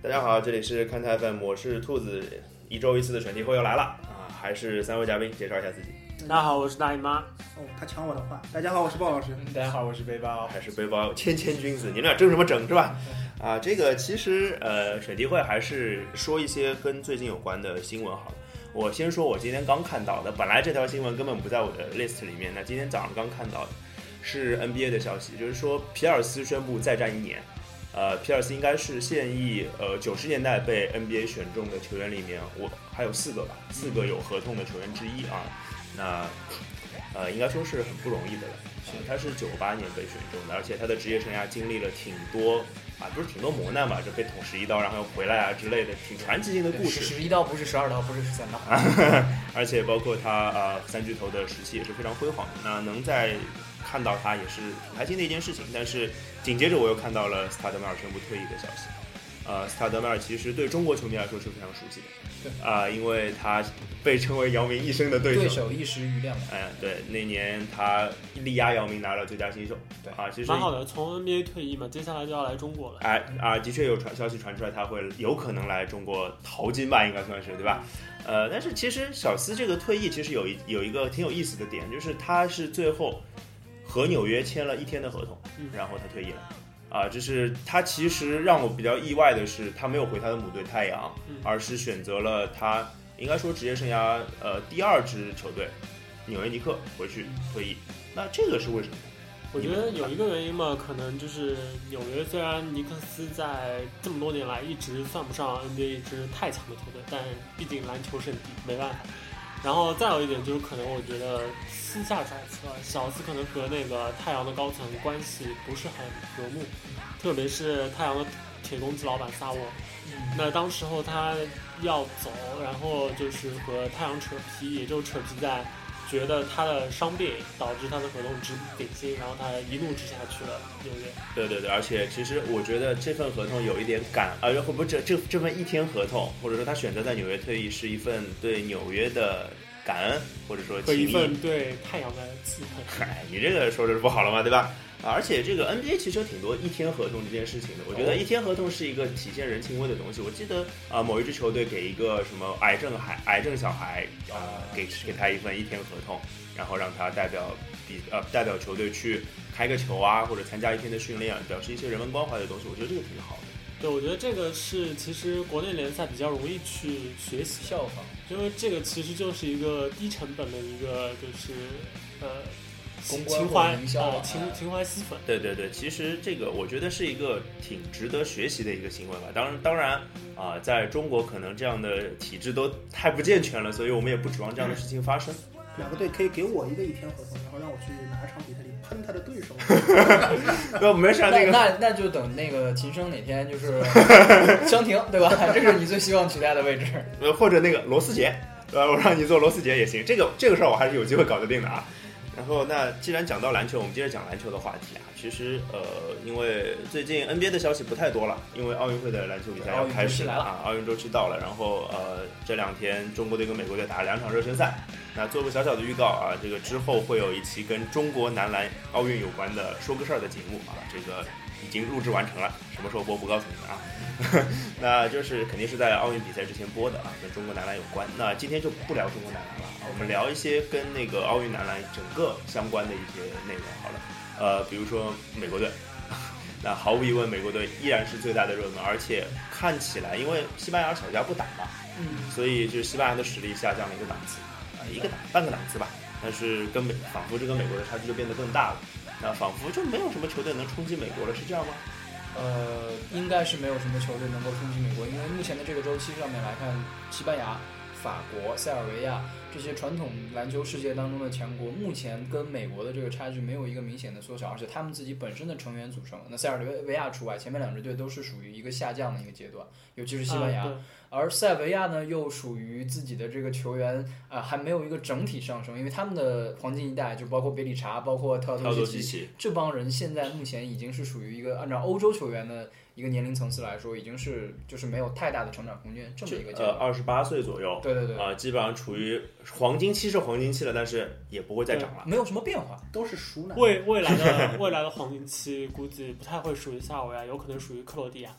大家好，这里是看台 FM， 我是兔子，一周一次的选题会又来了啊，还是三位嘉宾介绍一下自己。 大家好，我是大姨妈。 哦，他抢我的话。大家好，我是鲍老师。 大家好，我是背包。 还是背包谦君子，你们俩争什么争是吧？啊，这个其实选题会还是说一些跟最近有关的新闻好了。我先说我今天刚看到的，本来这条新闻根本不在我的 list 里面，那今天早上刚看到的是 NBA 的消息，就是说皮尔斯宣布再战1年。皮尔斯应该是现役90年代被 NBA 选中的球员里面，我还有4个有合同的球员之一啊。那应该说是很不容易的了。他是98年被选中的，而且他的职业生涯经历了挺多不是挺多磨难吧，就被捅11刀，然后又回来啊之类的，挺传奇性的故事。 11刀不是12刀，不是13刀。 而且包括他三巨头的时期也是非常辉煌的。那能在看到他也是挺开心的一件事情。但是紧接着我又看到了斯塔德迈尔宣布退役的消息。斯塔德迈尔其实对中国球迷来说是非常熟悉的，因为他被称为姚明一生的对手一时瑜亮。 对，那年他力压姚明拿了最佳新秀。 对其实蛮好的，从 NBA 退役嘛，接下来就要来中国了。 的确有消息传出来，他会有可能来中国淘金吧，应该算是对吧？但是其实小斯这个退役其实有一个挺有意思的点，就是他是最后和纽约签了1天的合同，然后他退役了。就是他其实让我比较意外的是，他没有回他的母队太阳，而是选择了他应该说职业生涯第2支球队纽约尼克回去退役。那这个是为什么？ 我觉得有一个原因嘛，可能就是纽约虽然尼克斯在这么多年来一直算不上 NBA 一支太强的球队，但毕竟篮球圣地，没办法。然后再有一点就是，可能我觉得私下揣测，小斯可能和那个太阳的高层关系不是很和睦，特别是太阳的铁公鸡老板萨沃。那当时候他要走，然后就是和太阳扯皮，也就扯皮在觉得他的伤病导致他的合同值不顶薪，然后他一怒之下去了纽约。 对，而且其实我觉得这份合同有一点赶，会不会这份1天合同，或者说他选择在纽约退役，是一份对纽约的感恩，或者说情谊， 和一份对太阳的记恨。 你这个说的是不好了嘛，对吧？而且这个 NBA 其实有挺多1天合同这件事情的，我觉得1天合同是一个体现人情味的东西。我记得某一支球队给一个什么癌症小孩给他一份1天合同，然后让他代表球队去开个球或者参加1天的训练，表示一些人文关怀的东西。我觉得这个挺好的。 对，我觉得这个是其实国内联赛比较容易去学习效仿， 因为这个其实就是一个低成本的一个就是情怀吸粉。 对，其实这个我觉得是一个挺值得学习的一个行为吧。当然在中国可能这样的体制都太不健全了，所以我们也不指望这样的事情发生。 2个队可以给我一个1天合同，然后让我去哪场比赛里喷他的对手。 没事， 那就等那个秦升哪天就是相停，对吧？这是你最希望取代的位置。 或者那个罗斯杰，我让你做罗斯杰也行。这个事儿我还是有机会搞得定的啊。然后那既然讲到篮球，我们接着讲篮球的话题啊。其实因为最近 NBA 的消息不太多了，因为奥运会的篮球比赛要开始了奥运周期到了。然后这2天中国队跟美国队打了2场热身赛。那做个小小的预告这个之后会有一期跟中国男篮奥运有关的说个事儿的节目这个已经录制完成了，什么时候播不告诉你们那就是肯定是在奥运比赛之前播的跟中国男篮有关。那今天就不聊中国男篮了我们聊一些跟那个奥运男篮整个相关的一些内容好了。比如说美国队那毫无疑问美国队依然是最大的热门，而且看起来因为西班牙小家不打嘛，所以就是西班牙的实力下降了一个档次半个档次吧，但是仿佛这跟美国的差距就变得更大了。那仿佛就没有什么球队能冲击美国了，是这样吗？ 应该是没有什么球队能够冲击美国，因为目前的这个周期上面来看，西班牙、法国、塞尔维亚这些传统篮球世界当中的强国，目前跟美国的这个差距没有一个明显的缩小，而且他们自己本身的成员组成，那塞尔维亚除外，前面2支队都是属于一个下降的一个阶段，尤其是西班牙。而塞尔维亚呢，又属于自己的这个球员还没有一个整体上升，因为他们的黄金一代就包括别里查，包括特奥多基奇，这帮人现在目前已经是属于一个按照欧洲球员的一个年龄层次来说，已经是就是没有太大的成长空间这么一个阶段。 28岁左右， 对基本上处于黄金期是黄金期了，但是也不会再涨了， 没有什么变化， 都是熟男。 未来的黄金期估计不太会属于塞尔维亚，有可能属于克罗地亚。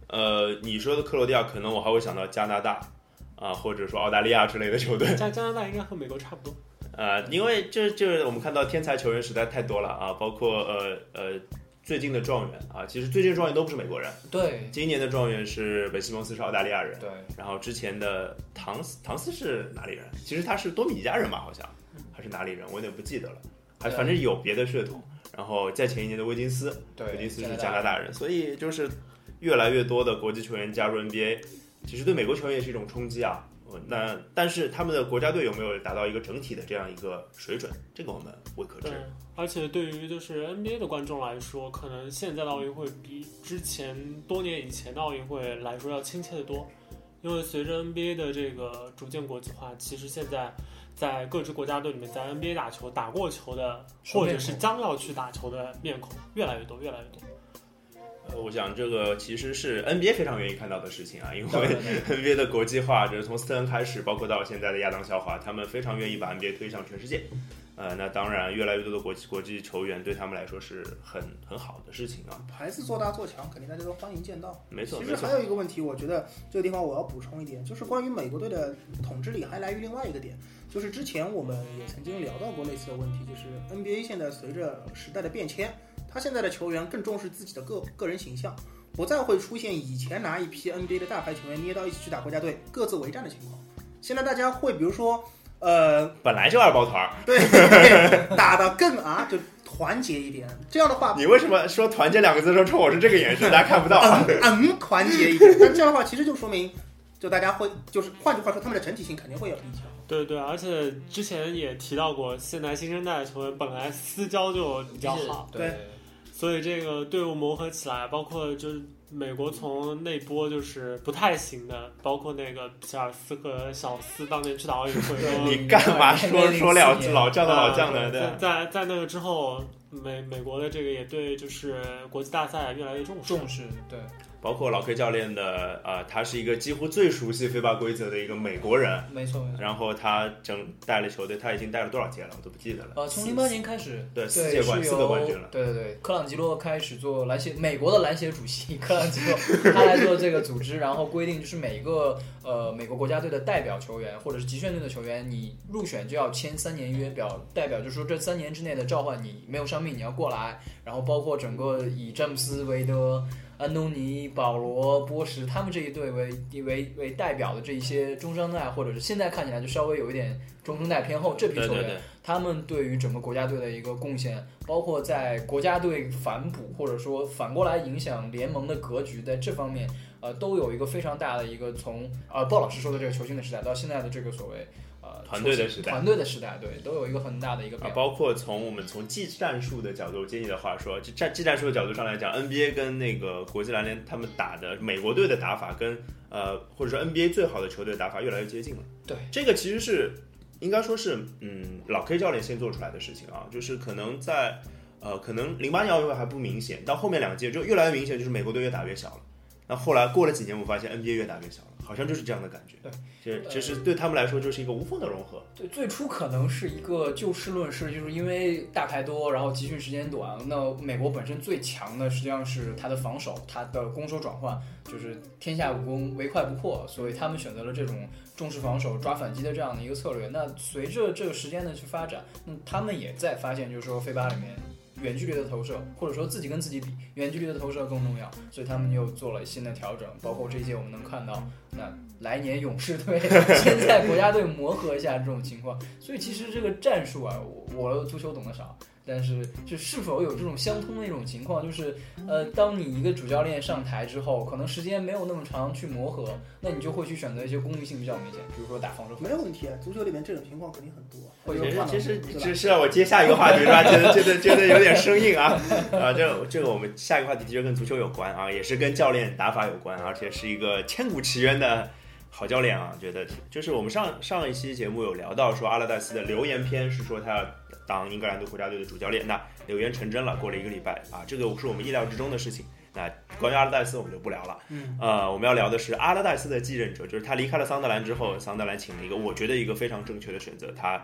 你说的克罗地亚，可能我还会想到加拿大啊，或者说澳大利亚之类的球队。 加拿大应该和美国差不多。 因为这我们看到天才球员实在太多了啊，包括最近的状元啊，其实最近的状元都不是美国人。 对， 今年的状元是本西蒙斯是澳大利亚人， 对， 然后之前的唐斯是哪里人？其实他是多米尼加人吧，好像还是哪里人，我有点不记得了，反正有别的血统。然后在前一年的威金斯，威金斯是加拿大人，所以就是越来越多的国际球员加入 NBA， 其实对美国球员也是一种冲击啊。但是他们的国家队有没有达到一个整体的这样一个水准，这个我们未可知。 而且对于就是 NBA 的观众来说，可能现在的奥运会比之前多年以前的奥运会来说要亲切得多，因为随着 NBA 的这个逐渐国际化，其实现在在各支国家队里面，在 NBA 打球打过球的，或者是将要去打球的面孔越来越多，越来越多。 我想这个其实是 NBA 非常愿意看到的事情啊，因为 NBA 的国际化，这是从斯特恩开始，包括到现在的亚当肖华，他们非常愿意把 NBA 推向全世界。那当然，越来越多的国际球员对他们来说是很好的事情啊。 牌子做大做强，肯定大家都欢迎见到。 没错。 其实还有一个问题，我觉得这个地方我要补充一点，就是关于美国队的统治力还来于另外一个点，就是之前我们也曾经聊到过类似的问题，就是 NBA 现在随着时代的变迁，他现在的球员更重视自己的个人形象，不再会出现以前拿一批 NBA 的大牌球员捏到一起去打国家队各自为战的情况。现在大家会比如说本来就二抱团， 对，打得更就团结一点。这样的话， 你为什么说团结两个字的时候冲我是这个眼神？大家看不到。 团结一点。那这样的话，其实就说明，就大家会，就是换句话说，他们的整体性肯定会有力强。 对对，而且之前也提到过，现在新生代的球员本来私交就比较好， 对， 所以这个队伍磨合起来，包括就是美国从那波就是不太行的，包括那个皮尔斯和小斯当年去打奥运会， 你干嘛说老将的老将的？ 在那个之后，美国的这个也对就是国际大赛越来越重视， 对。 包括老 K 教练的他是一个几乎最熟悉FIBA规则的一个美国人， 没错。 然后他带了球队，他已经带了多少届了，我都不记得了。 从08年开始， 对，4个冠军了。 对，克朗吉洛开始做美国的篮协主席，克朗吉洛他来做这个组织，然后规定就是每个美国国家队的代表球员或者是集训队的球员，你入选就要签3年约，代表就是说这3年之内的召唤你没有伤病你要过来，然后包括整个以詹姆斯、韦德、安东尼、保罗、波什他们这一队为代表的这一些中生代，或者是现在看起来就稍微有一点中生代偏后这批球员， 对， 他们对于整个国家队的一个贡献，包括在国家队反哺或者说反过来影响联盟的格局，在这方面都有一个非常大的一个从鲍老师说的这个球星的时代到现在的这个所谓团队的时代，对，都有一个很大的一个变化。 包括我们从技战术的角度，接你的话说，技战术的角度上来讲 ，NBA 跟那个国际篮联他们打的美国队的打法跟或者说 NBA 最好的球队打法越来越接近了。 对， 这个其实是应该说是老 K 教练先做出来的事情啊，就是可能在可能08年奥运会还不明显，到后面2届就越来越明显，就是美国队越打越小了。那后来过了几年，我发现 NBA 越打越小了，好像就是这样的感觉。 对， 其实对他们来说就是一个无缝的融合。 对，最初可能是一个就事论事，就是因为大牌多，然后集训时间短。那美国本身最强的实际上是他的防守，他的攻守转换，就是天下武功唯快不破，所以他们选择了这种重视防守、抓反击的这样的一个策略。那随着这个时间的去发展，他们也在发现，就是说FIBA里面远距离的投射，或者说自己跟自己比，远距离的投射更重要，所以他们又做了新的调整。包括这一届我们能看到，那来年勇士队现在国家队磨合一下这种情况。所以其实这个战术啊，我足球懂得少，但是就是否有这种相通的一种情况，就是当你一个主教练上台之后，可能时间没有那么长去磨合，那你就会去选择一些功利性比较明显，比如说打防守。 没有问题啊，足球里面这种情况肯定很多。 其实这是让我接下一个话题是吧？觉得有点生硬啊这个我们下一个话题其实跟足球有关啊，也是跟教练打法有关，而且是一个千古奇冤的好教练啊。觉得就是我们上一期节目有聊到说阿拉戴斯的留言篇是说他要当英格兰队国家队的主教练，那留言成真了，过了1个礼拜啊，这个是我们意料之中的事情。那关于阿拉戴斯我们就不聊了，我们要聊的是阿拉戴斯的继任者，就是他离开了桑德兰之后，桑德兰请了一个我觉得一个非常正确的选择，他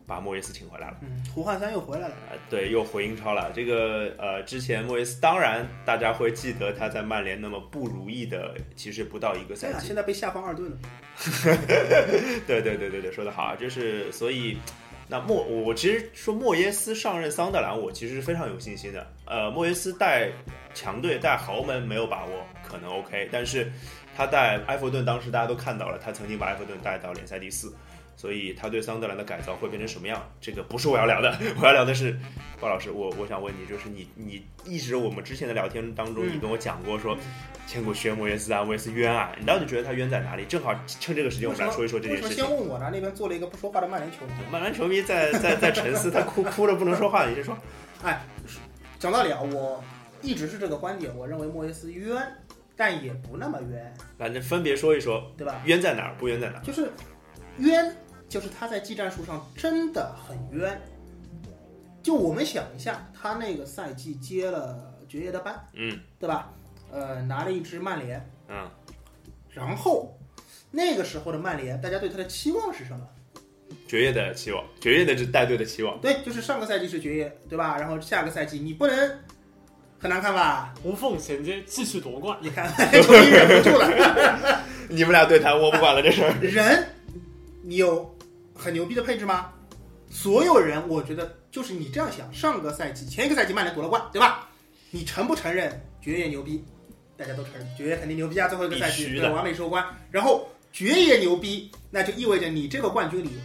把莫耶斯请回来了。 胡汉三又回来了。 对，又回英超了。这个之前莫耶斯当然大家会记得他在曼联那么不如意的，其实不到一个赛季， 现在被下放2队了。 对，说得好啊，就是所以。那我其实说莫耶斯上任桑德兰，我其实是非常有信心的。莫耶斯带强队带豪门没有把握，可能 OK， 但是他带埃弗顿，当时大家都看到了，他曾经把埃弗顿带到联赛第4，所以他对桑德兰的改造会变成什么样？这个不是我要聊的，我要聊的是鲍老师，我想问你，就是你一直我们之前的聊天当中，你跟我讲过说，千古学莫耶斯啊，莫耶斯冤啊，你到底觉得他冤在哪里？正好趁这个时间，我们来说一说这件事情。 先问我呢？那边坐了一个不说话的曼联球迷。 曼联球迷在沉思，他哭了不能说话，你先说。 讲道理啊，我一直是这个观点，我认为莫耶斯冤，但也不那么冤。 反正分别说一说， 对吧？ 冤在哪儿？不冤在哪儿？ 就是冤，就是他在技战术上真的很冤。就我们想一下，他那个赛季接了爵爷的班，对吧？拿了一支曼联，然后那个时候的曼联，大家对他的期望是什么？ 爵爷的期望，爵爷的是带队的期望。 对，就是上个赛季是爵爷，对吧？然后下个赛季你不能很难看吧？ 无缝衔接，继续夺冠。 你看，终于忍不住了。 你们俩对谈，我不管了这事儿。 人，你有很牛逼的配置吗？所有人，我觉得就是你这样想，上个赛季、前一个赛季曼联夺了冠，对吧？你承不承认爵爷牛逼？大家都承认，爵爷肯定牛逼啊！最后一个赛季对完美收官，然后爵爷牛逼，那就意味着你这个冠军里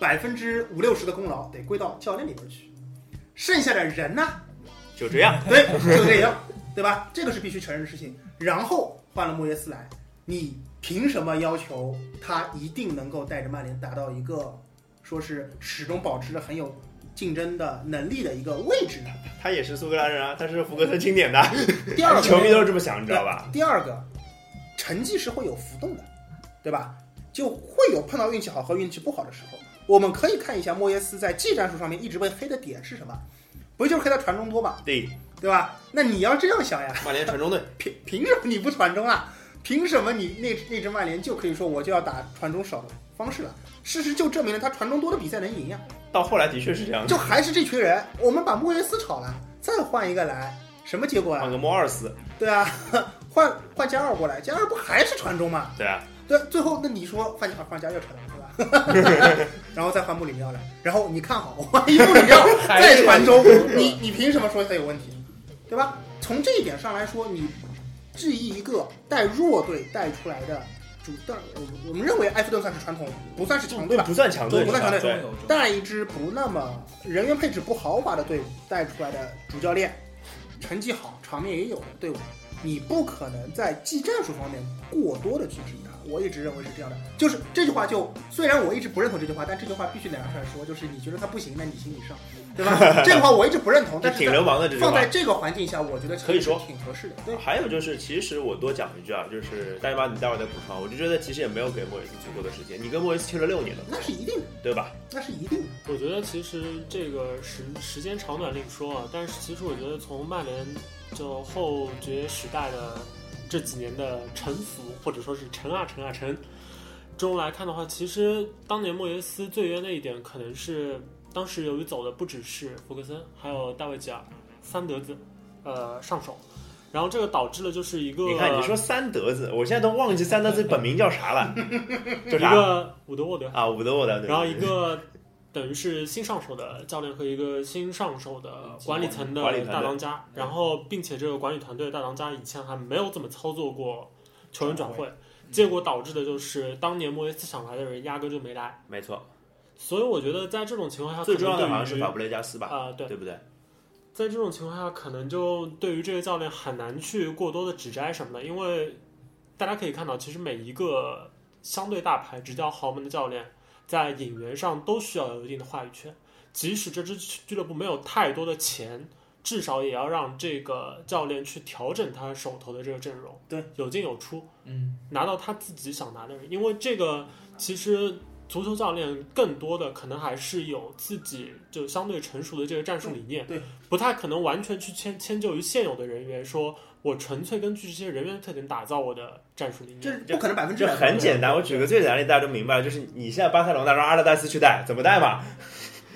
50%-60%的功劳得归到教练里边去，剩下的人呢， 就这样， 对，就这样，对吧？这个是必须承认的事情。然后换了莫耶斯来，你凭什么要求他一定能够带着曼联达到一个说是始终保持着很有竞争的能力的一个位置呢？ 他也是苏格兰人啊，他是福格森钦点的。 第二个球迷都是这么想，你知道吧？ 第二个，成绩是会有浮动的，对吧？就会有碰到运气好和运气不好的时候。我们可以看一下莫耶斯在技战术上面一直被黑的点是什么？不就是黑他传中多嘛？ 对吧？那你要这样想呀， 曼联传中队凭什么你不传中啊？凭什么你那支曼联就可以说我就要打传中少的方式了？事实就证明了他传中多的比赛能赢呀。 到后来的确是这样的， 就还是这群人，我们把莫耶斯炒了，再换一个来，什么结果啊？ 换个莫尔斯， 对啊，换加尔过来，加尔不还是传中吗？ 对啊， 对，最后那你说换加又传中是吧？然后再换穆里尼奥来，然后你看好，万一穆里尼奥再传中，你凭什么说他有问题？对吧？从这一点上来说，你质疑一个带弱队带出来的。我们认为埃弗顿算是传统，不算是强队吧？ 不算强队， 不算强队。带一支不那么人员配置不豪华的队伍带出来的主教练，成绩好、场面也有的队伍，你不可能在技战术方面过多的去质疑他。我一直认为是这样的，就是这句话虽然我一直不认同这句话，但这句话必须得拿出来说，就是你觉得他不行，那你行你上，对吧？这句话我一直不认同，但是挺流氓的这句话。 放在这个环境下，我觉得可以说挺合适的。对， 还有就是，其实我多讲一句啊，就是大家你待会儿再补充，我就觉得其实也没有给莫耶斯足够的时间。你跟莫耶斯签了6年了， 那是一定的， 对吧？ 那是一定的。 我觉得其实这个时间长短另说啊，但是其实我觉得从曼联就后爵时代的这几年的沉浮，或者说是沉中来看的话，其实当年莫耶斯最冤的一点，可能是当时由于走的不只是福格森，还有大卫吉尔三德子，上手，然后这个导致了就是一个， 你看你说三德子，我现在都忘记三德子本名叫啥了， 一个伍德沃德啊，伍德沃德， 然后一个等于是新上手的教练和一个新上手的管理层的大当家，然后并且这个管理团队的大当家以前还没有怎么操作过球员转会。结果导致的就是当年莫耶斯想来的人压根就没来， 没错。 所以我觉得在这种情况下， 最重要的好像是法布雷加斯吧？ 对不对？ 在这种情况下，可能就对于这个教练很难去过多的指摘什么的，因为大家可以看到，其实每一个相对大牌执教豪门的教练，在引援上都需要有一定的话语权，即使这支俱乐部没有太多的钱。至少也要让这个教练去调整他手头的这个阵容， 对， 有进有出，拿到他自己想拿的人。因为这个其实足球教练更多的可能还是有自己就相对成熟的这个战术理念， 对， 不太可能完全去迁就于现有的人员，说我纯粹根据这些人员的特点打造我的战术理念， 这不可能100%。 这很简单，我举个最简单的例子大家都明白了，就是你现在巴塞罗那让阿勒代斯去带，怎么带嘛？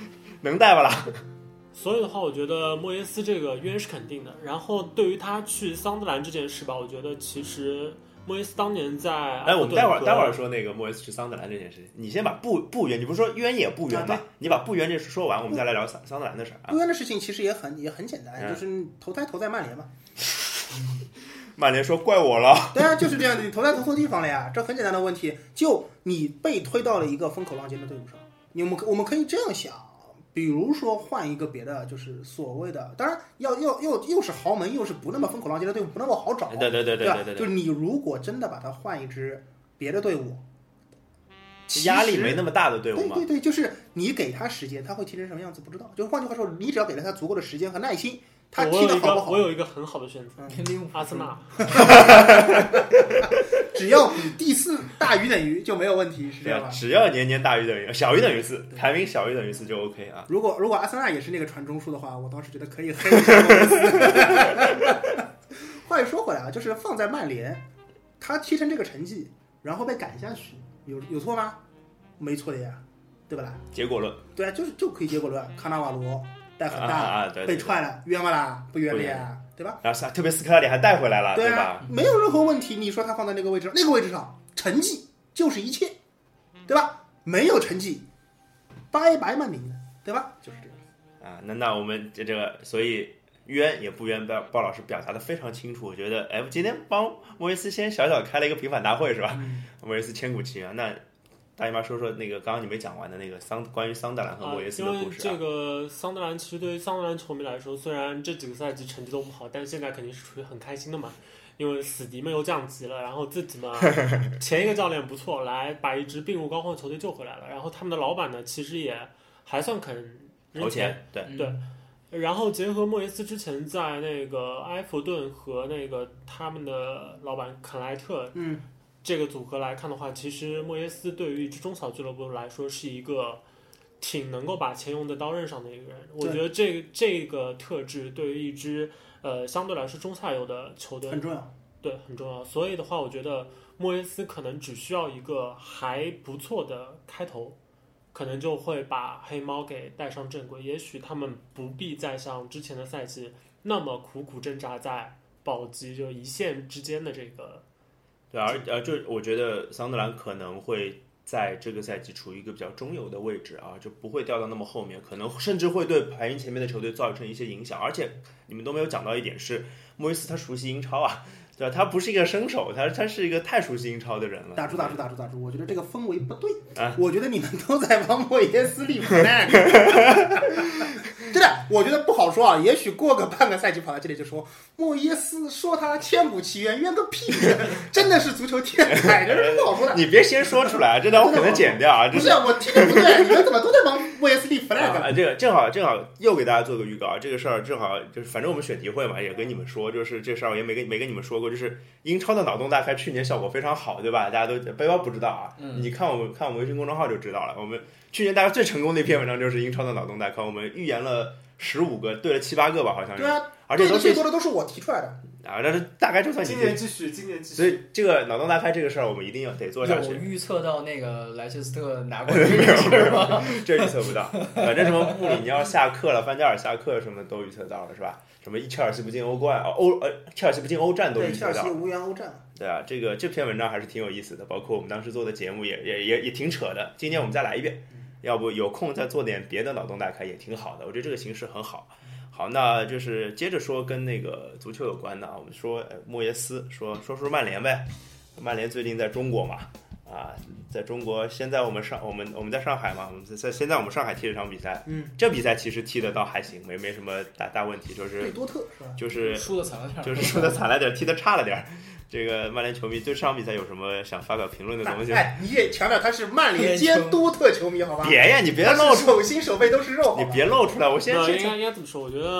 能带吧啦？ 所以的话，我觉得莫耶斯这个约是肯定的。然后对于他去桑德兰这件事吧，我觉得其实莫耶斯当年在我们待会儿说那个莫耶斯去桑德兰这件事情，你先把不冤，你不是说冤也不冤吗？你把不冤这事说完，我们再来聊桑德兰的事儿。 不冤的事情其实也很简单，就是投在曼联嘛。 曼联说怪我了， 对啊，就是这样的，你投错地方了呀，这很简单的问题。就你被推到了一个风口浪尖的队伍上，我们可以这样想，比如说换一个别的，就是所谓的，当然又是豪门，又是不那么风口浪尖的队伍，不那么好找。 对， 就是你如果真的把它换一支别的队伍， 压力没那么大的队伍嘛。 对，就是你给他时间，他会踢成什么样子不知道。就换句话说，你只要给了他足够的时间和耐心。他踢得好不好？ 我有一个很好的选择，阿森纳。 只要比第4大于等于就没有问题，是这样吧？ 只要年大于等于，小于等于4，排名小于等于4就 OK 啊。 如果阿森纳也是那个传中数的话，我倒是觉得可以黑一下莫耶斯。话又说回来啊，就是放在曼联，他踢成这个成绩，然后被赶下去，有错吗？没错的呀，对吧啦？ 结果论。 对啊，就可以结果论。卡纳瓦罗。带很大， 对被踹了，冤吗啦？不冤的呀，对吧？ 然后特别斯科拉里还带回来了， 对吧？ 没有任何问题。你说他放在那个位置上，那个位置上，成绩就是一切，对吧？没有成绩，拜拜曼联，对吧？就是这个啊。那我们这个，所以冤也不冤，鲍老师表达的非常清楚。我觉得，今天帮莫耶斯先小小开了一个平反大会，是吧？莫耶斯千古奇冤，那。大姨妈说那个刚刚你没讲完的那个关于桑德兰和莫耶斯的故事。 因为这个桑德兰其实对于桑德兰球迷来说，虽然这几个赛季成绩都不好，但现在肯定是处于很开心的嘛。因为死敌们又降级了，然后自己嘛前一个教练不错，来把一支病入膏肓的球队救回来了。然后他们的老板呢，其实也还算肯扔钱，对。然后结合莫耶斯之前在那个埃弗顿和那个他们的老板肯莱特，这个组合来看的话，其实莫耶斯对于一支中小俱乐部来说是一个挺能够把钱用在刀刃上的一个人。我觉得这个特质对于一支相对来说中下游的球队很重要， 对，很重要。所以的话，我觉得莫耶斯可能只需要一个还不错的开头，可能就会把黑猫给带上正轨。也许他们不必再像之前的赛季那么苦苦挣扎在保级就一线之间的这个。 对，就我觉得桑德兰可能会在这个赛季处于一个比较中游的位置啊，就不会掉到那么后面，可能甚至会对排名前面的球队造成一些影响。而且你们都没有讲到一点是，莫耶斯他熟悉英超啊，对吧？他不是一个生手，他是一个太熟悉英超的人了。 打住！我觉得这个氛围不对啊！我觉得你们都在帮莫耶斯立 flag。真的，我觉得不好说啊。也许过个半个赛季跑到这里就说莫耶斯说他千古奇冤，冤个屁！真的是足球天才，这是不好说的。 你别先说出来，这段我可能剪掉啊。 不是，我听的不对，你们怎么都在帮莫耶斯立 flag？ 这个正好又给大家做个预告，这个事儿正好就是，反正我们选题会嘛，也跟你们说，就是这事儿我也没跟你们说过，就是英超的脑洞大开去年效果非常好，对吧？大家都背包不知道啊，你看我们微信公众号就知道了。我们去年大家最成功的一篇文章就是英超的脑洞大开，我们预言了15个，对了7、8个吧，好像是。 对啊， 而且最多的都是我提出来的啊，但是大概就算今年继续。 所以这个脑洞大开这个事儿，我们一定得做下去。 有预测到那个莱切斯特拿冠军的事吗？ 这预测不到，反正什么穆里尼奥下课了，范加尔下课什么都预测到了，是吧？什么切尔西不进欧冠切尔西不进欧战都预测到了。 对，切尔西无缘欧战。 对啊，这篇文章还是挺有意思的，包括我们当时做的节目也挺扯的。今年我们再来一遍，要不有空再做点别的脑洞大开也挺好的。我觉得这个形式很好。好，那就是接着说跟那个足球有关的啊，我们说莫耶斯，说曼联呗。曼联最近在中国嘛，啊，在中国，现在我们在上海嘛，现在我们上海踢这场比赛，这比赛其实踢得倒还行，没什么大问题，就是贝多特是吧？ 就是输的惨了点， 就是输的惨了点，踢得差了点。这个曼联球迷对这场比赛有什么想发表评论的东西？ 你也强调他是曼联兼多特球迷，好吧？ 别呀，你别露出， 手心手背都是肉。 你别露出来，我先应该怎么说？我觉得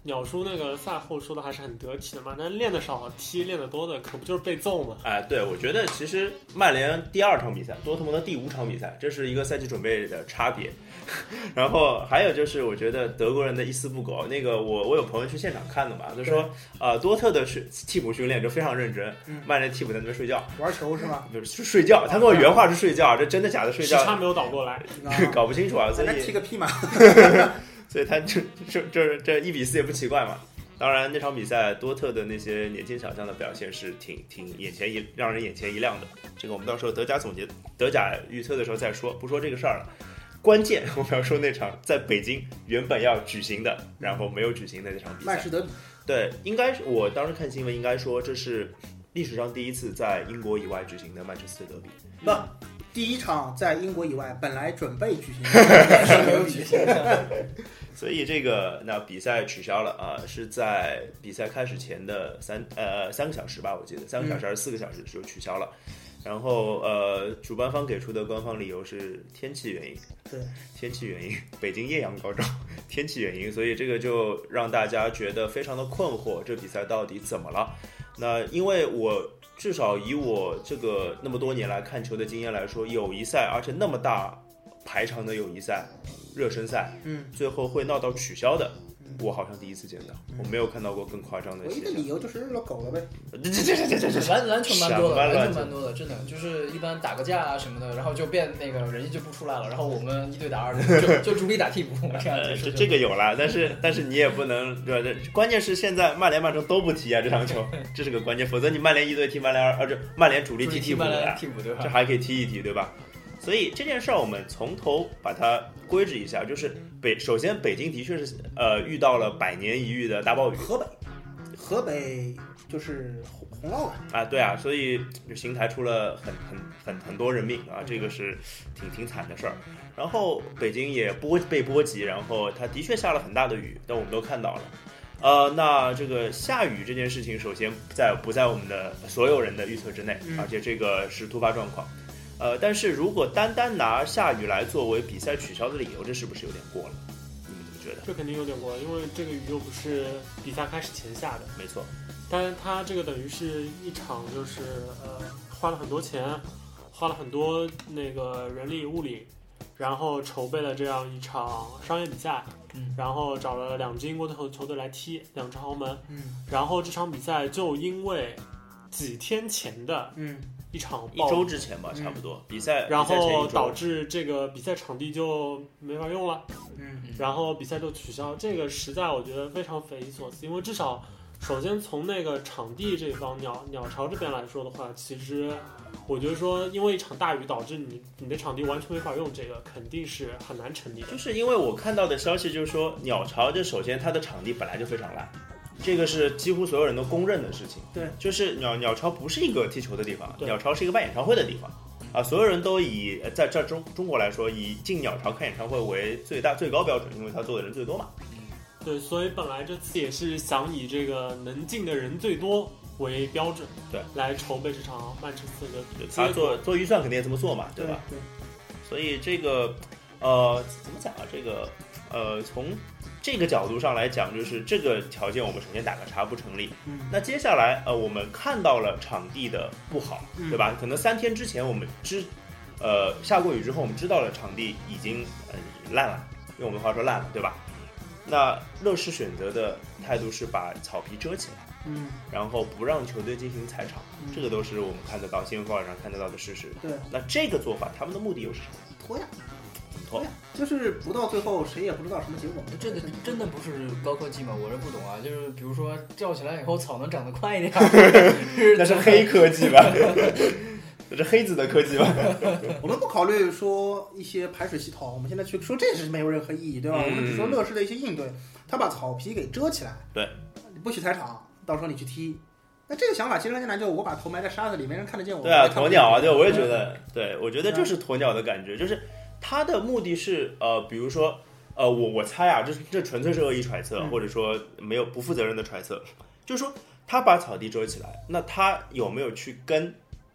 鸟叔那个赛后说的还是很得体的嘛，但练的少踢练的多的可不就是被揍吗？ 哎，对，我觉得其实曼联第2场比赛，多特蒙德第5场比赛，这是一个赛季准备的差别。然后还有就是，我觉得德国人的一丝不苟，那个我有朋友去现场看的嘛，就说多特的替补训练就非常认真，曼联替补在那边睡觉玩球是吗？ 就是睡觉，他跟我原话是睡觉，这真的假的睡觉？ 时差没有倒过来， 搞不清楚啊，所以踢个屁嘛！ 所以他这1-4也不奇怪嘛。当然那场比赛多特的那些年轻小将的表现是挺让人眼前一亮的，这个我们到时候德甲预测的时候再说，不说这个事儿了。关键我们要说那场在北京原本要举行的，然后没有举行的那场比赛。 曼市德比。 对，应该是我当时看新闻，应该说这是历史上第一次在英国以外举行的曼彻斯特德比。 不，第一场在英国以外本来准备举行的，没有举行。 所以这个那比赛取消了啊，是在比赛开始前的3个小时吧，我记得3个小时还是4个小时就取消了。然后主办方给出的官方理由是天气原因， 对， 天气原因，北京艳阳高照，天气原因，所以这个就让大家觉得非常的困惑，这比赛到底怎么了？那因为我至少以我这个那么多年来看球的经验来说，友谊赛，而且那么大排场的友谊赛、热身赛，最后会闹到取消的。我好像第一次见到，我没有看到过更夸张的。 唯一的理由就是热了狗了呗。 篮球蛮多的，篮球蛮多的，真的就是一般打个架啊什么的，然后就变那个人就不出来了，然后我们1对打2就主力打替补这样结束。 这个有了，但是你也不能，关键是现在曼联曼城都不踢啊这场球，这是个关键，否则你曼联1队踢曼联2，曼联主力踢替补的， 对吧？ 这还可以踢一踢，对吧？所以这件事儿我们从头把它归置一下，就是首先北京的确是遇到了100年一遇的大暴雨， 河北就是洪涝了啊，对啊，所以就邢台出了很多人命啊，这个是挺惨的事儿。然后北京也被波及，然后它的确下了很大的雨，但我们都看到了。那这个下雨这件事情，首先不在我们的所有人的预测之内，而且这个是突发状况。但是如果单拿下雨来作为比赛取消的理由，这是不是有点过了？你们怎么觉得？ 这肯定有点过了，因为这个雨又不是比赛开始前下的。 没错。 但是它这个等于是一场就是花了很多钱，花了很多那个人力物力，然后筹备了这样一场商业比赛，然后找了2支英国的球队来踢2支豪门，然后这场比赛就因为几天前的一场 1周之前吧，差不多比赛， 然后导致这个比赛场地就没法用了，然后比赛就取消，这个实在我觉得非常匪夷所思，因为至少首先从那个场地这方鸟巢这边来说的话，其实我觉得说因为一场大雨导致你的场地完全没法用，这个肯定是很难成立的。 就是因为我看到的消息就是说，鸟巢这首先它的场地本来就非常烂。这个是几乎所有人都公认的事情， 对， 就是鸟巢不是一个踢球的地方，鸟巢是一个办演唱会的地方啊，所有人都以在这中国来说，以进鸟巢看演唱会为最高标准，因为他做的人最多嘛。 对，所以本来这次也是想以这个能进的人最多为标准， 对， 来筹备这场曼彻斯特的。 他做预算肯定也这么做嘛，对吧？ 对。 所以这个怎么讲啊？这个从这个角度上来讲，就是这个条件我们首先打个叉，不成立。那接下来我们看到了场地的不好，对吧？可能3天之前我们下过雨之后，我们知道了场地已经烂了，用我们的话说烂了，对吧？那乐视选择的态度是把草皮遮起来，然后不让球队进行踩场，这个都是我们看得到新闻报纸上看得到的事实。 对， 那这个做法，他们的目的又是什么？ 拖呀。 就是不到最后谁也不知道什么结果。 这个真的不是高科技吗？我是不懂啊。就是比如说吊起来以后草能长得快一点， 那是黑科技吧？这是黑子的科技吧？ 我们不考虑说一些排水系统，我们现在去说这是没有任何意义，对吧？我们只说乐视的一些应对，他把草皮给遮起来， 对， 不许踩场，到时候你去踢。那这个想法其实很简单，就我把头埋在沙子里，没人看得见我。 对啊，鸵鸟啊，对，我也觉得，对，我觉得就是鸵鸟的感觉，就是他的目的是比如说我猜啊，这纯粹是恶意揣测，或者说没有不负责任的揣测，就是说他把草地遮起来，那他有没有去跟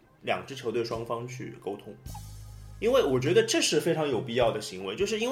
2支球队双方去沟通？因为我觉得这是非常有必要的行为，就是因为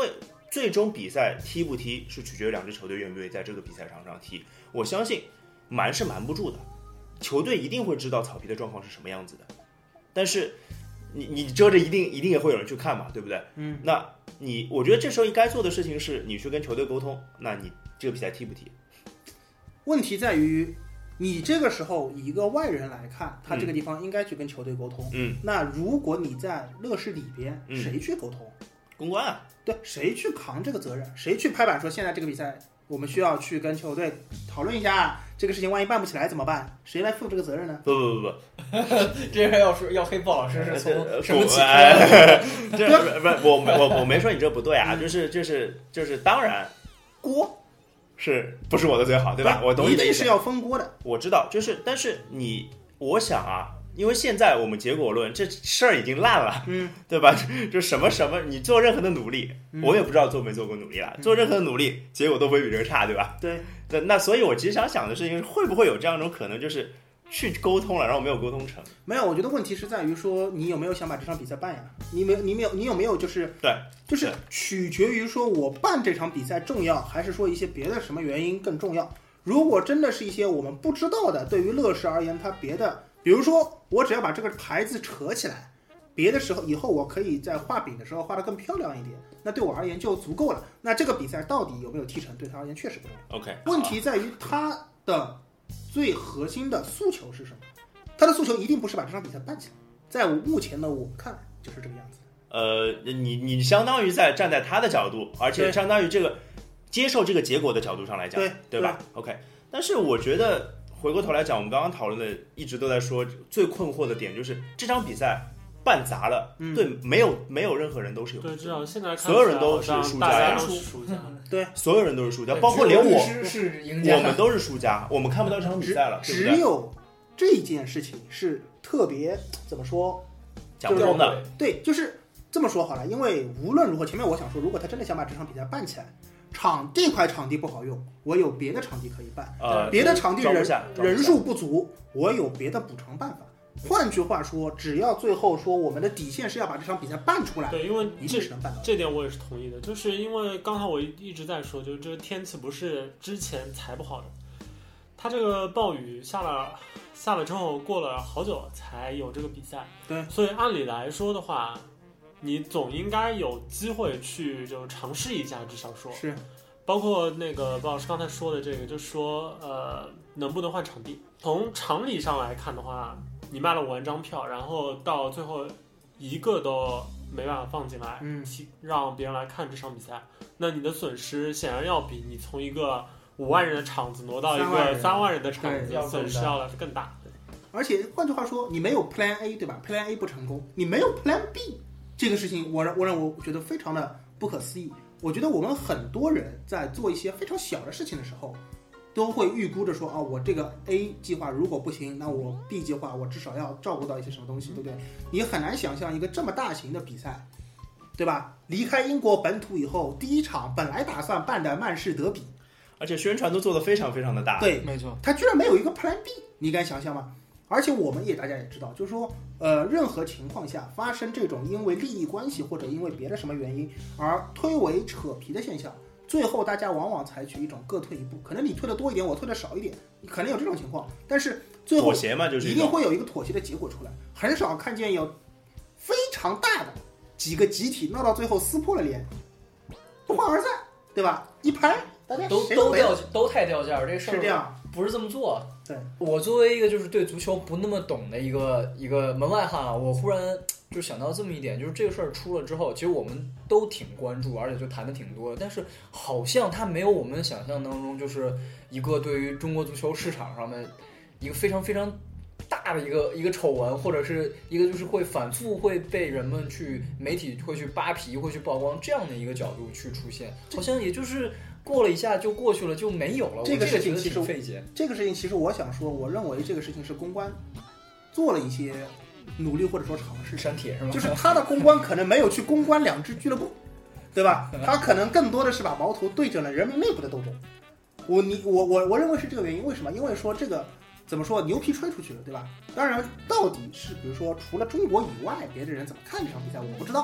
最终比赛踢不踢是取决于两支球队愿不愿意在这个比赛场上踢。我相信瞒是瞒不住的，球队一定会知道草皮的状况是什么样子的，但是你遮着一定也会有人去看嘛，对不对？那我觉得这时候应该做的事情是你去跟球队沟通，那你这个比赛踢不踢？ 问题在于你这个时候以一个外人来看，他这个地方应该去跟球队沟通。那如果你在乐视里边，谁去沟通？ 公关啊， 对，谁去扛这个责任？谁去拍板说现在这个比赛我们需要去跟球队讨论一下，这个事情万一办不起来怎么办？谁来负这个责任呢？ 不， 这要说要黑鲍老师是从什么起不，我没说你这不对啊，就是当然锅是不是我的最好，对吧？我懂你的意思， 一定是要分锅的。 我知道，但是我想啊，因为现在我们结果论，这事儿已经烂了，对吧？就什么，你做任何的努力，我也不知道做没做过努力了，做任何的努力，结果都不会比这个差，对吧？ 对。 那所以，我其实想的事情是，会不会有这样一种可能，就是去沟通了，然后没有沟通成？ 没有，我觉得问题是在于说，你有没有想把这场比赛办呀？你有没有就是对， 就是取决于说我办这场比赛重要，还是说一些别的什么原因更重要？如果真的是一些我们不知道的，对于乐视而言，它别的，比如说我只要把这个牌子扯起来，别的时候以后我可以在画饼的时候画得更漂亮一点，那对我而言就足够了。那这个比赛到底有没有踢成，对他而言确实不重要。 OK， 问题在于他的最核心的诉求是什么？他的诉求一定不是把这场比赛办起来，在目前的我看来就是这个样子。 你相当于站在他的角度，而且相当于这个接受这个结果的角度上来讲，对吧 ？OK， 但是我觉得回过头来讲，我们刚刚讨论的一直都在说，最困惑的点就是这场比赛办砸了，对，没有任何人都是有， 对，至少现在看所有人都是输家呀， 对， 所有人都是输家，包括连我是赢家， 我们都是输家，我们看不到这场比赛了，对不对？ 只有这件事情是特别怎么说讲不通的， 对，就是这么说好了，因为无论如何，前面我想说，如果他真的想把这场比赛办起来，这块场地不好用，我有别的场地可以办，别的场地人数不足，我有别的补偿办法。换句话说，只要最后说我们的底线是要把这场比赛办出来， 对，因为一定是能办到。 这点我也是同意的，就是因为刚才我一直在说，就是这个天气不是之前才不好的，它这个暴雨下了之后，过了好久才有这个比赛， 对， 所以按理来说的话，你总应该有机会去就尝试一下，至少说是， 包括那个鲍老师刚才说的这个，就是说能不能换场地？从常理上来看的话，你卖了5万张票，然后到最后一个都没办法放进来，让别人来看这场比赛，那你的损失显然要比你从一个5万人的场子挪到一个3万人的场子，损失要更大。 而且换句话说，你没有 Plan A， 对吧 ？Plan A 不成功，你没有 Plan B， 这个事情我觉得非常的不可思议。我觉得我们很多人在做一些非常小的事情的时候，都会预估着说，我这个 A 计划如果不行，那我 B 计划我至少要照顾到一些什么东西，对不对？你很难想象一个这么大型的比赛，对吧？离开英国本土以后，第一场本来打算办的曼市德比， 而且宣传都做得非常非常的大， 对， 没错， 他居然没有一个 Plan B， 你敢想象吗？而且大家也知道，就是说，任何情况下发生这种因为利益关系或者因为别的什么原因而推诿扯皮的现象，最后大家往往采取一种各退一步，可能你退的多一点，我退的少一点，可能有这种情况，但是最后妥协嘛，就是一定会有一个妥协的结果出来。很少看见有非常大的几个集体闹到最后撕破了脸，不欢而散，对吧？一拍，大家都太掉价，这事儿是这样， 不是这么做。 对， 我作为一个就是对足球不那么懂的一个门外汉啊，我忽然就想到这么一点，就是这个事儿出了之后，其实我们都挺关注，而且就谈的挺多的，但是好像它没有我们想象当中就是一个对于中国足球市场上面一个非常非常大的一个丑闻，或者是一个就是会反复会被人们去媒体会去扒皮会去曝光这样的一个角度去出现，好像也就是过了一下就过去了，就没有了。 这个事情其实费解。 这个事情其实我想说，我认为这个事情是公关做了一些努力或者说尝试。 删帖是吗？ 就是他的公关可能没有去公关2支俱乐部，对吧？他可能更多的是把矛头对准了人民内部的斗争。我认为是这个原因。为什么？因为说这个怎么说，牛皮吹出去了，对吧？当然，到底是比如说除了中国以外，别的人怎么看这场比赛，我不知道。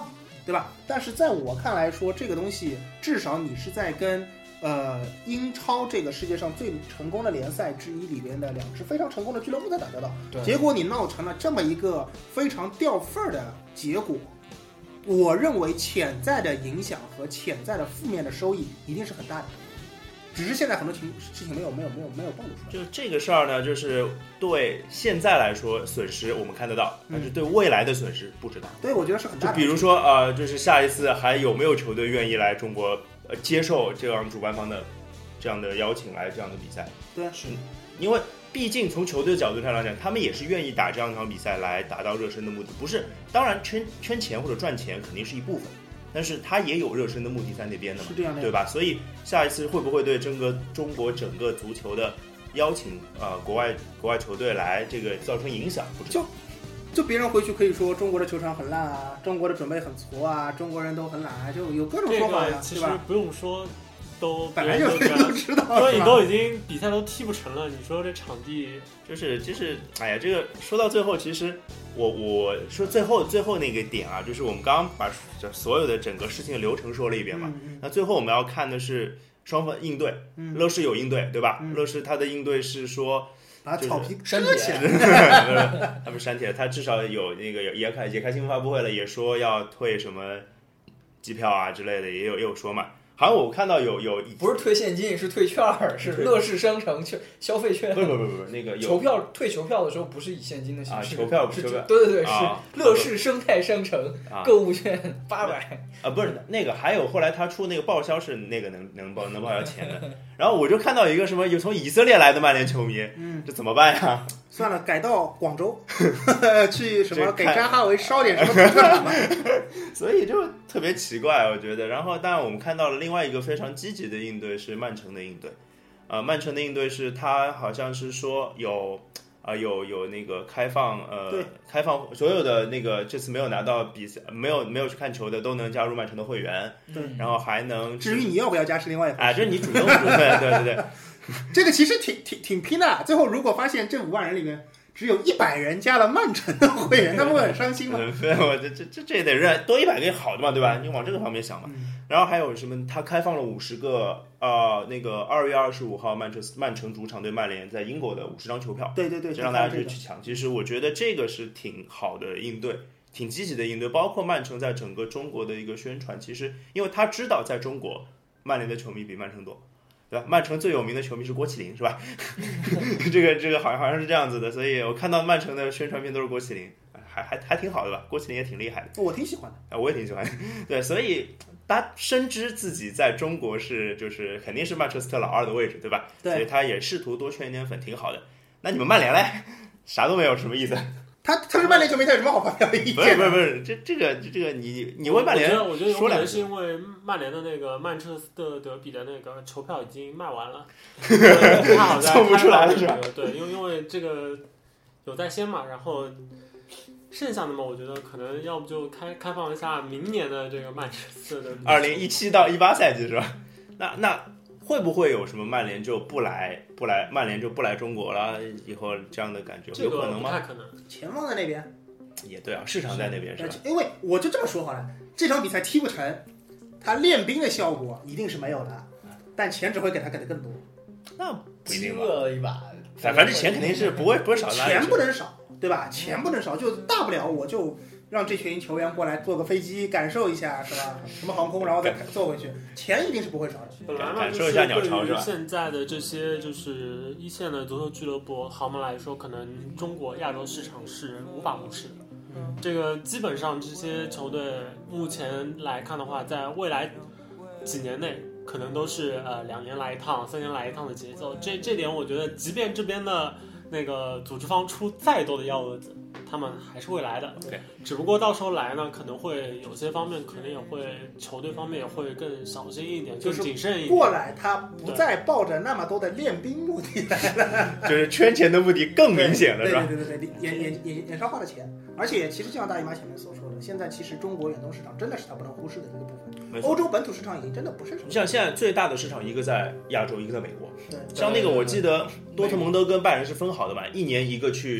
对吧？但是在我看来说，这个东西至少你是在跟英超这个世界上最成功的联赛之一里边的两支非常成功的俱乐部在打交道，结果你闹成了这么一个非常掉份儿的结果，我认为潜在的影响和潜在的负面的收益一定是很大的，只是现在很多事情没有暴露出来。 就这个事儿呢，就是对现在来说损失我们看得到，但是对未来的损失不知道。 对，我觉得是很大的。 就比如说就是下一次还有没有球队愿意来中国接受这样主办方的这样的邀请来这样的比赛？ 对， 是因为毕竟从球队的角度上来讲，他们也是愿意打这样一场比赛来达到热身的目的，不是？当然圈钱或者赚钱肯定是一部分，但是他也有热身的目的在那边的嘛， 是这样的， 对吧？所以下一次会不会对中国整个足球的邀请国外球队来这个造成影响？不知道。 就别人回去可以说中国的球场很烂啊，中国的准备很挫啊，中国人都很懒啊，就有各种说法呀， 其实不用说，都本来就是都知道， 所以你都已经比赛都踢不成了，你说这场地就是，哎呀，这个说到最后，其实我说最后那个点啊，就是我们刚刚把所有的整个事情的流程说了一遍嘛，那最后我们要看的是双方应对，乐视有应对，对吧？乐视他的应对是说。 把草皮删起来， 他不是删帖，他至少有那个也开新闻发布会了，也说要退什么机票啊之类的，也有说嘛。好像我看到有不是退现金，是退券，是乐视商城消费券。 不，那个有球票退球票的时候不是以现金的形式， 球票对，是乐视生态商城购物券800 不是那个，还有后来他出那个报销是那个能报销钱的。然后我就看到一个什么有从以色列来的曼联球迷，这怎么办呀？ 算了，改到广州去什么给扎哈维烧点什么吧。 所以就特别奇怪，我觉得。然后，当然我们看到了另外一个非常积极的应对是曼城的应对，曼城的应对是他好像是说有那个开放所有的那个这次没有拿到比赛没有去看球的都能加入曼城的会员， 对， 然后还能至于你要不要加是另外一回事， 这是你主动对。 这个其实挺拼的，最后如果发现这5万人里面只有100人加了曼城的会员，他们会很伤心吗？ 我这也得认多100个好的嘛，对吧？你往这个方面想嘛。然后还有什么？他开放了50个那个2月25号曼城主场对曼联在英国的50张球票， 对， 就让大家去抢。其实我觉得这个是挺好的应对，挺积极的应对。包括曼城在整个中国的一个宣传，其实因为他知道在中国曼联的球迷比曼城多。对吧？曼城最有名的球迷是郭麒麟，是吧？这个好像是这样子的，所以我看到曼城的宣传片都是郭麒麟，还挺好的吧？郭麒麟也挺厉害的， 我挺喜欢的， 我也挺喜欢的。对，所以他深知自己在中国就是肯定是曼彻斯特老二的位置，对吧？ 对， 所以他也试图多圈一点粉，挺好的。那你们曼联嘞，啥都没有，什么意思？ 他是曼联球迷，他有什么好发表的意见？ 不是，这个你为曼联我觉得说两句， 是因为曼联的那个曼彻斯特德比的那个球票已经卖完了，他好像凑不出来了是吧？ 对，因为这个有在先嘛，然后剩下的嘛，我觉得可能要不就开放一下明年的这个曼彻斯特德 2017到18赛季是吧？那会不会有什么曼联就不来曼联就不来中国了？以后这样的感觉有可能吗？ 不太可能。 钱放在那边， 也对啊，市场在那边是吧？ 因为我就这么说好了，这场比赛踢不成，他练兵的效果一定是没有的，但钱只会给他给的更多。 那不一定吧？ 一把， 反正钱肯定是不会少的， 钱不能少，对吧？钱不能少，就大不了我就让这群球员过来坐个飞机感受一下，是吧？什么航空，然后再坐回去，钱一定是不会少的。 本来嘛， 感受一下鸟巢是吧？ 现在的这些就是一线的足球俱乐部，豪门来说，可能中国亚洲市场是无法无视的。这个基本上这些球队目前来看的话，在未来几年内，可能都是2年来一趟、3年来一趟的节奏。这点我觉得，即便这边的那个组织方出再多的幺蛾子，他们还是会来的。 对， 只不过到时候来呢，可能会有些方面可能也会球队方面也会更小心一点，更谨慎一点。 过来他不再抱着那么多的练兵目的来了， 就是圈钱的目的更明显了，是吧？ 对，眼上花的钱。而且其实就像大姨妈前面所说的，现在其实中国远东市场真的是他不能忽视的一个部分。欧洲本土市场已经真的不是什么。 像现在最大的市场，一个在亚洲，一个在美国。 对， 像那个我记得多特蒙德跟拜仁是分好的嘛，1年一个去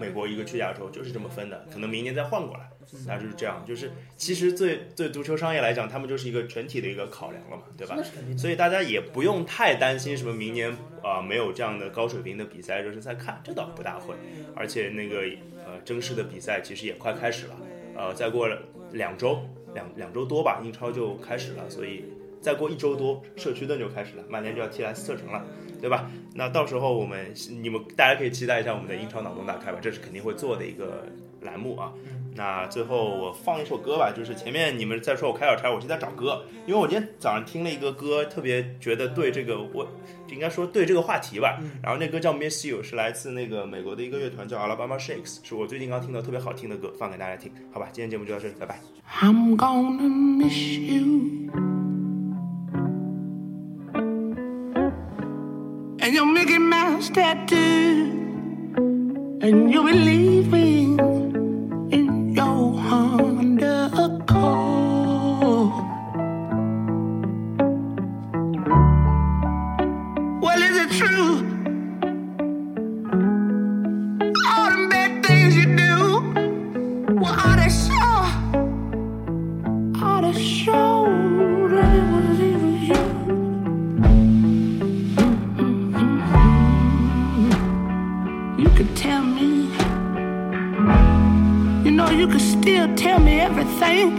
美国一个去亚洲，就是这么分的，可能明年再换过来，那就是这样。就是其实对足球商业来讲，他们就是一个整体的一个考量了嘛，对吧？所以大家也不用太担心什么明年没有这样的高水平的比赛热身赛看，这倒不大会。而且那个正式的比赛其实也快开始了，再过两周多吧，英超就开始了，所以再过1周多，社区盾就开始了，曼联就要踢莱斯特城了，对吧？那到时候你们大家可以期待一下我们的英超脑洞大开吧，这是肯定会做的一个栏目啊。那最后我放一首歌吧，就是前面你们在说我开小差，我是在找歌，因为我今天早上听了一个歌，特别觉得对这个应该说对这个话题吧。然后那歌叫 Miss You， 是来自那个美国的一个乐团叫 Alabama Shakes， 是我最近刚听到特别好听的歌，放给大家听，好吧？今天节目就到这里，拜拜。 I'm gonna miss you and your Mickey Mouse tattoo, and you'll be leaving in your Honda Accord. Well, is it true? All them bad things you do, well, are they sure? Are they sure that it was even you? You could tell me, you know, you could still tell me everything.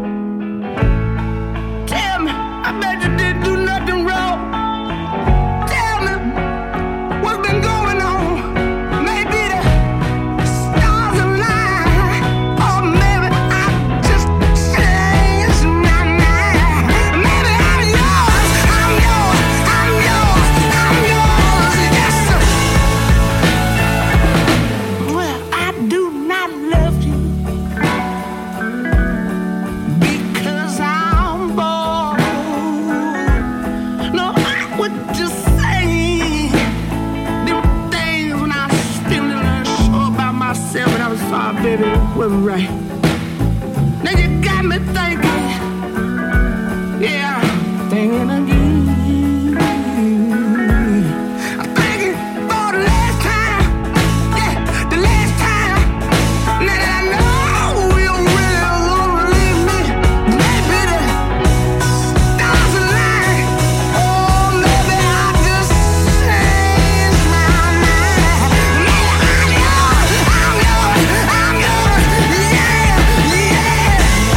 Tell me, I bet you didn't do nothing wrong. Tell me, what's been going on? Maybe the stars align, or maybe I just changed my mind. Maybe I'm yours, I'm yours, I'm yours, I'm yours, yes sir. Well, I do not love you because I'm bored. No, I would just say them things when I was feeling unsure about myself, and I was sorry, baby, it wasn't right. Now you got me thinking, yeah, thinking again. I'm thinking for the last time, yeah, the last time. Now that I know you really won't leave me, maybe the stars align, or maybe I just changed my mind. Maybe I'm yours, I'm yours, I'm yours, yeah, yeah.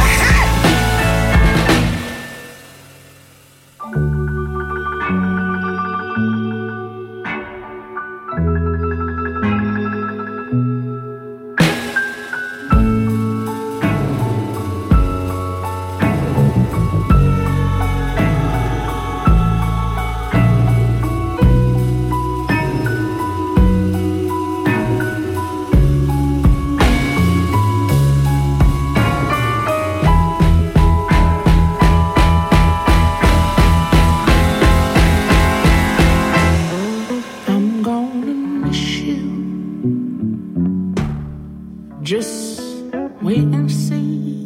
I'm gonna miss you. Just wait and see.